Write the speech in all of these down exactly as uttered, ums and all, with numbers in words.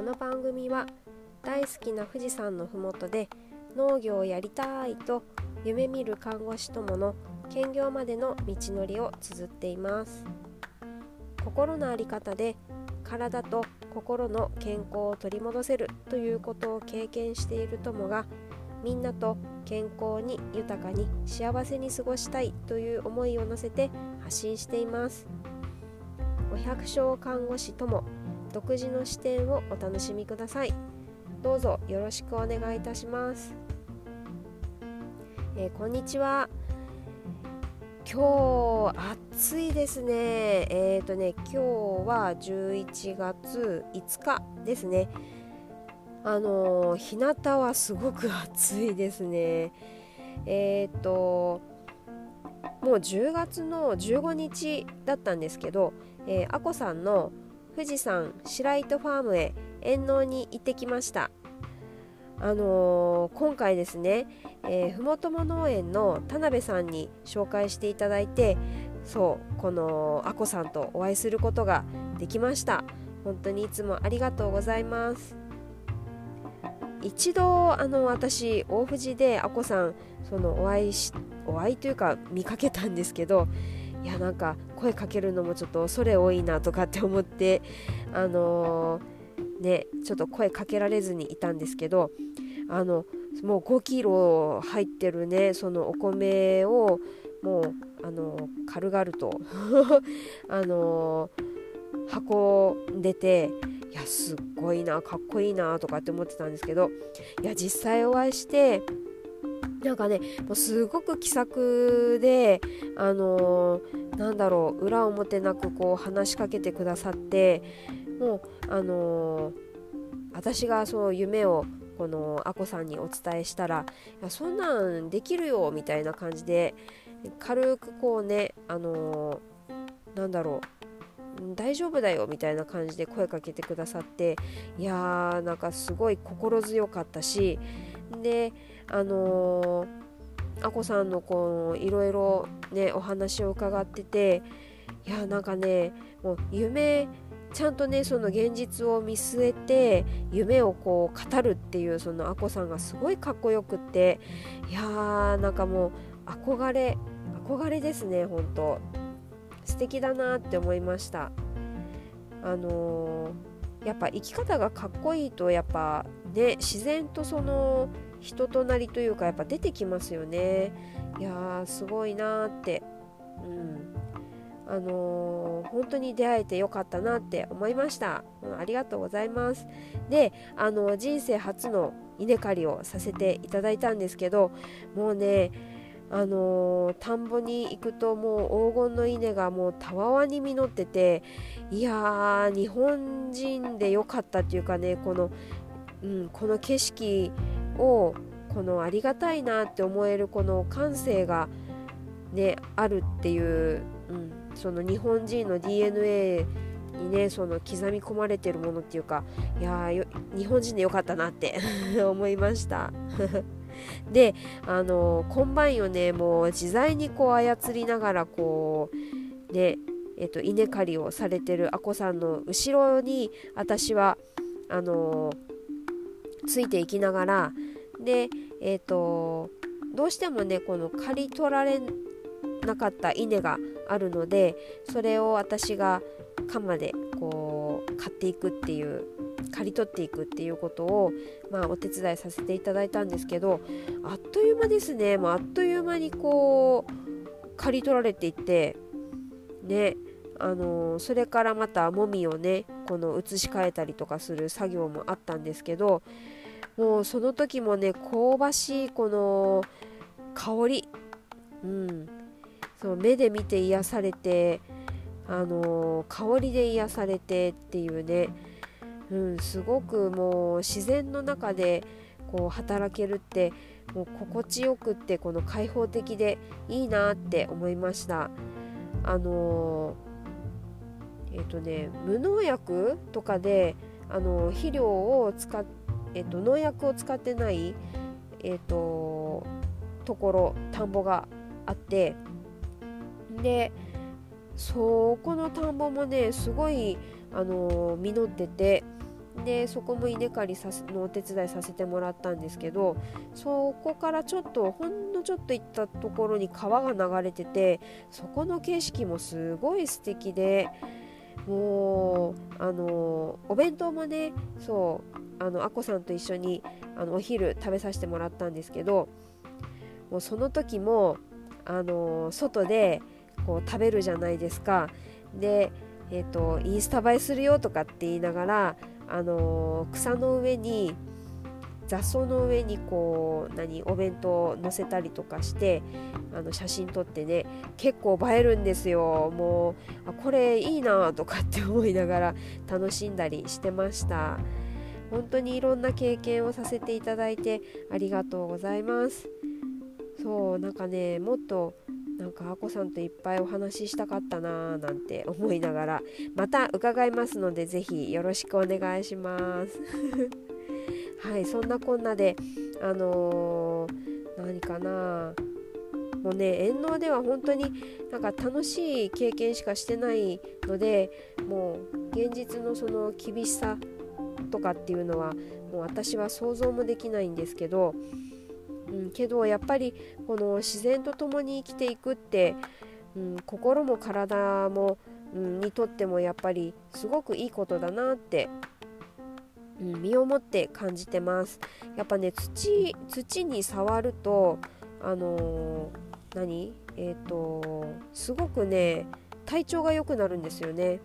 の番組は大好きな富士山のふもとで農業をやりたいと夢見る看護師友の兼業までの道のりを綴っています。心の在り方で体と心の健康を取り戻せるということを経験している友が、みんなと健康に豊かに幸せに過ごしたいという思いを乗せて発信しています。お百姓看護師友独自の視点をお楽しみください。どうぞよろしくお願いいたします。えー、こんにちは。今日暑いですね。えーとね今日はじゅういちがついつかですね。あのー、日向はすごく暑いですね。えーともうじゅうがつのじゅうごにちだったんですけど、えー、あこさんの富士山白糸ファームへ遠農に行ってきました。あのー、今回ですね、えー、ふもとも農園の田辺さんに紹介していただいて、そうこのあこさんとお会いすることができました。本当にいつもありがとうございます。一度あの私大藤であこさんそのお会いしお会いというか見かけたんですけど、いやなんか声かけるのもちょっと恐れ多いなとかって思ってあのーね、ちょっと声かけられずにいたんですけど、あのもうごキロ入ってるねそのお米をもうあの軽々とあの運んでて、いやすっごいなかっこいいなとかって思ってたんですけど、いや実際お会いしてなんかねもうすごく気さくで、あのなんだろう裏表なくこう話しかけてくださって、もうあのー、私がそう夢をこのあこさんにお伝えしたら、いやそんなんできるよみたいな感じで軽くこうね、あのー、なんだろう大丈夫だよみたいな感じで声かけてくださって、いやーなんかすごい心強かったし、であのー、あこさんのこういろいろねお話を伺ってて、いやなんかねもう夢ちゃんとねその現実を見据えて夢をこう語るっていうそのあこさんがすごいかっこよくって、いやーなんかもう憧れ憧れですね。本当素敵だなって思いました。あのー、やっぱ生き方がかっこいいとやっぱね自然とその人となりというかやっぱ出てきますよね。いやーすごいなって、うんあのー、本当に出会えてよかったなって思いました、うん、ありがとうございます。で、あの人生初の稲刈りをさせていただいたんですけど、もうね、あのー、田んぼに行くともう黄金の稲がもうたわわに実ってて、いやー日本人でよかったっていうかね、この、うん、この景色をこのありがたいなって思えるこの感性がねあるっていう、うん、その日本人の ディーエヌエー にねその刻み込まれてるものっていうか、いやー日本人でよかったなって思いましたで、あのコンバインをねもう自在にこう操りながらこうねえっと稲刈りをされてるあこさんの後ろに私はあのついていきながらでえっとどうしてもねこの刈り取られなかった稲があるので、それを私が鎌でこう刈っていくっていう刈り取っていくっていうことを、まあ、お手伝いさせていただいたんですけど、あっという間ですね。もうあっという間にこう刈り取られていってね、あのー、それからまたもみをねこの移し替えたりとかする作業もあったんですけど、もうその時もね香ばしいこの香り、うんそう目で見て癒されて、あのー、香りで癒されてっていうね、うん、すごくもう自然の中でこう働けるってもう心地よくってこの開放的でいいなって思いました。あのー、えっ、ー、とね無農薬とかで、あのー、肥料を使っ、えー、と農薬を使ってない、えー、とところ田んぼがあって、でそこの田んぼもねすごい、あのー、実ってて、 でそこも稲刈りさせのお手伝いさせてもらったんですけど、そこからちょっとほんのちょっと行ったところに川が流れてて、そこの景色もすごい素敵で、もうあのお弁当もね、そうあのあこさんと一緒にあのお昼食べさせてもらったんですけど、もうその時もあの外でこう食べるじゃないですか。で、えーと、インスタ映えするよとかって言いながら、あの草の上に雑草の上にこう何お弁当を乗せたりとかしてあの写真撮ってね、結構映えるんですよ。もうあこれいいなとかって思いながら楽しんだりしてました。本当にいろんな経験をさせていただいてありがとうございます。そうなんかね、もっとなんかあこさんといっぱいお話ししたかったなーなんて思いながら、また伺いますのでぜひよろしくお願いしますはい、そんなこんなであのー、何かな、もうね遠農では本当になんか楽しい経験しかしてないので、もう現実のその厳しさとかっていうのはもう私は想像もできないんですけど、うん、けどやっぱりこの自然と共に生きていくって、うん、心も体も、うん、にとってもやっぱりすごくいいことだなって、うん、身をもって感じてます。やっぱね、土、土に触るとあのー、何えっとすごくね体調が良くなるんですよね。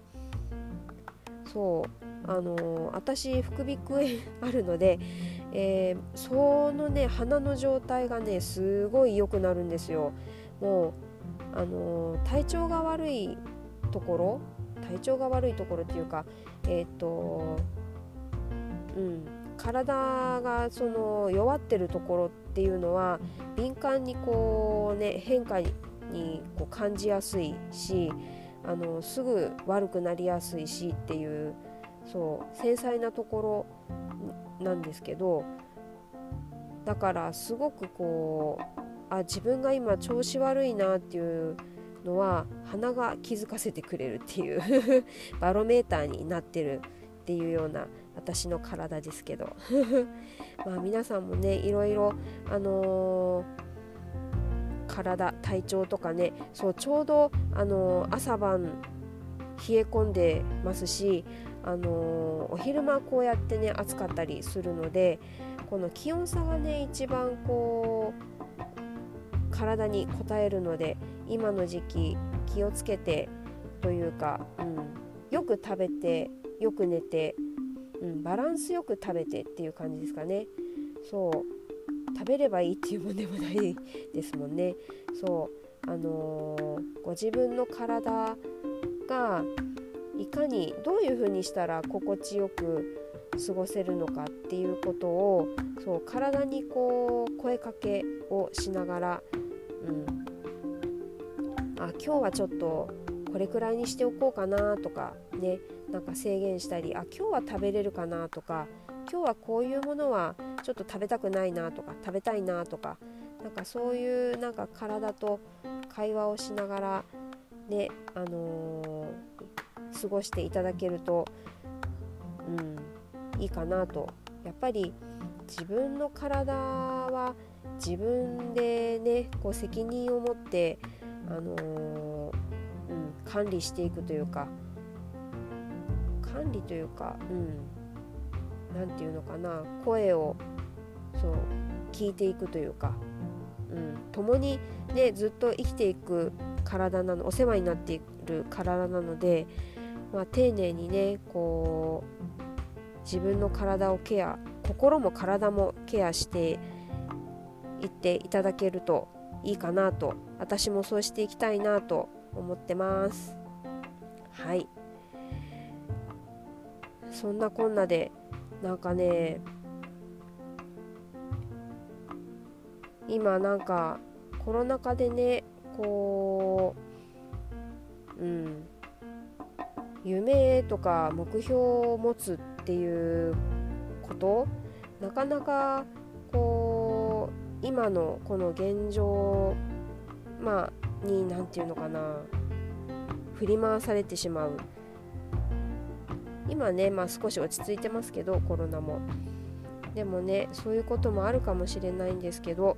そうあのー、私副鼻腔炎あるので、えー、そのね鼻の状態がねすごい良くなるんですよ。もうあのー、体調が悪いところ体調が悪いところっていうか、えっとうん体がその弱ってるところっていうのは敏感にこうね変化にこう感じやすいし、あのすぐ悪くなりやすいしっていう、そう繊細なところなんですけど、だからすごくこうあ自分が今調子悪いなっていうのは鼻が気づかせてくれるっていうバロメーターになってるっていうような私の体ですけどまあ皆さんもねいろいろあのー、体体調とかね、そうちょうど、あのー、朝晩冷え込んでますし、あのー、お昼間こうやってね暑かったりするので、この気温差がね一番こう体に応えるので、今の時期気をつけてというか、うん、よく食べてよく寝て、うん、バランスよく食べてっていう感じですかね。そう食べればいいっていうもんでもないですもんね。そうあのー、ご自分の体がいかにどういう風にしたら心地よく過ごせるのかっていうことを、そう体にこう声かけをしながら、うん、あ今日はちょっとこれくらいにしておこうかなとかね、なんか制限したり、あ今日は食べれるかなとか、今日はこういうものはちょっと食べたくないなとか食べたいなとか、なんかそういうなんか体と会話をしながらね、あのー、過ごしていただけると、うん、いいかなと。やっぱり自分の体は自分でねこう責任を持って、あのーうん、管理していくというか管理というか、うん、なんていうのかな、声をそう聞いていくというか、うん、共にねずっと生きていく体なの、お世話になっている体なので、まあ、丁寧にねこう自分の体をケア、心も体もケアしていっていただけるといいかなと、私もそうしていきたいなと思ってます。はい、そんなこんなでなんかね今なんかコロナ禍でねこう、うん、夢とか目標を持つっていうことなかなかこう今のこの現状、まあになんていうのかな、振り回されてしまう今ね、まあ、少し落ち着いてますけど、コロナも。でもね、そういうこともあるかもしれないんですけど、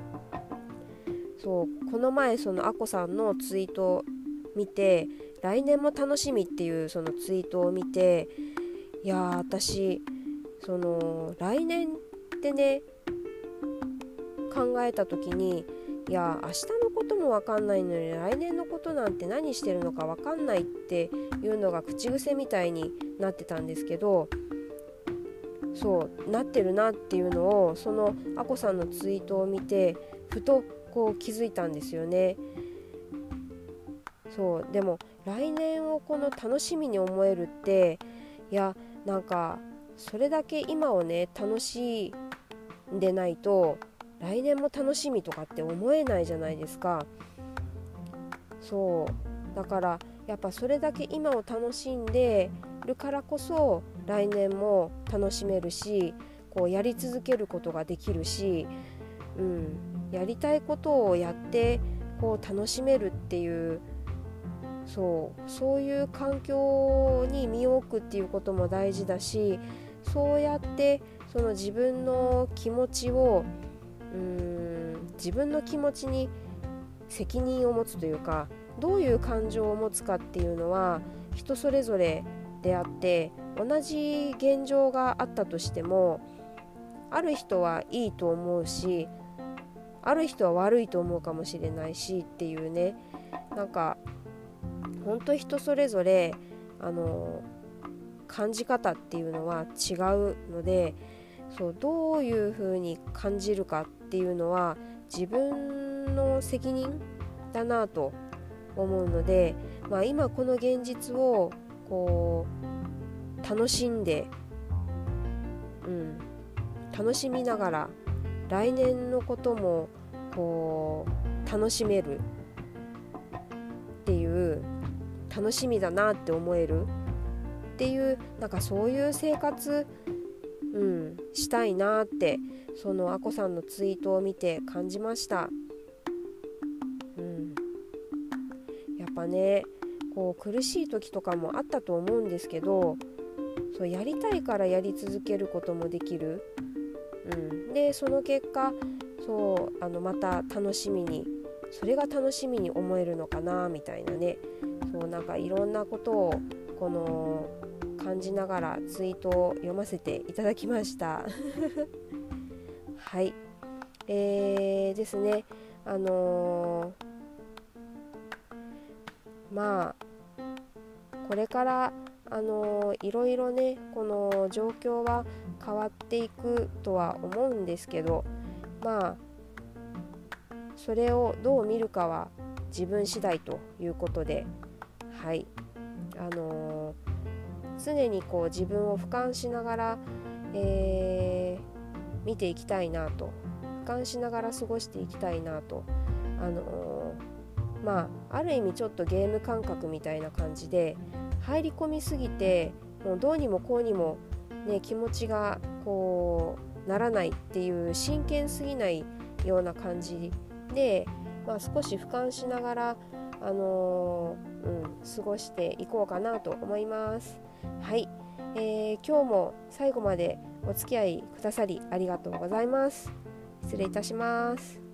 そうこの前そのあこさんのツイートを見て、来年も楽しみっていうそのツイートを見て、いやー私その来年ってね考えた時に、いや明日のことも分かんないのに来年のことなんて何してるのか分かんないっていうのが口癖みたいになってたんですけど、そうなってるなっていうのをそのあこさんのツイートを見てふとこう気づいたんですよね。そうでも来年をこの楽しみに思えるって、いやなんかそれだけ今をね楽しんでないと来年も楽しみとかって思えないじゃないですか。そうだからやっぱそれだけ今を楽しんでるからこそ来年も楽しめるし、こうやり続けることができるし、うん、やりたいことをやってこう楽しめるっていう、そうそういう環境に身を置くっていうことも大事だし、そうやってその自分の気持ちをうーん自分の気持ちに責任を持つというか、どういう感情を持つかっていうのは人それぞれであって、同じ現状があったとしてもある人はいいと思うし、ある人は悪いと思うかもしれないしっていうね、なんか本当人それぞれあの感じ方っていうのは違うので、そうどういう風に感じるかっていうのは自分の責任だなと思うので、まあ、今この現実をこう楽しんで、うん、楽しみながら来年のこともこう楽しめるっていう、楽しみだなって思えるっていう、なんかそういう生活、うん、したいなってそのあこさんのツイートを見て感じました。うん、やっぱねこう苦しい時とかもあったと思うんですけど、そうやりたいからやり続けることもできる、うん、でその結果そうあのまた楽しみに、それが楽しみに思えるのかなみたいなね、そうなんかいろんなことをこの感じながらツイートを読ませていただきましたはい、えー、ですねあのー、まあこれからあのー、いろいろねこの状況は変わっていくとは思うんですけど、まあそれをどう見るかは自分次第ということで、はいあのー常にこう自分を俯瞰しながら、えー、見ていきたいなと、俯瞰しながら過ごしていきたいなと、あのー、まあある意味ちょっとゲーム感覚みたいな感じで入り込みすぎてもうどうにもこうにも、ね、気持ちがこうならないっていう真剣すぎないような感じで、まあ、少し俯瞰しながら、あのーうん、過ごしていこうかなと思います。はい、えー、今日も最後までお付き合いくださりありがとうございます。失礼いたします。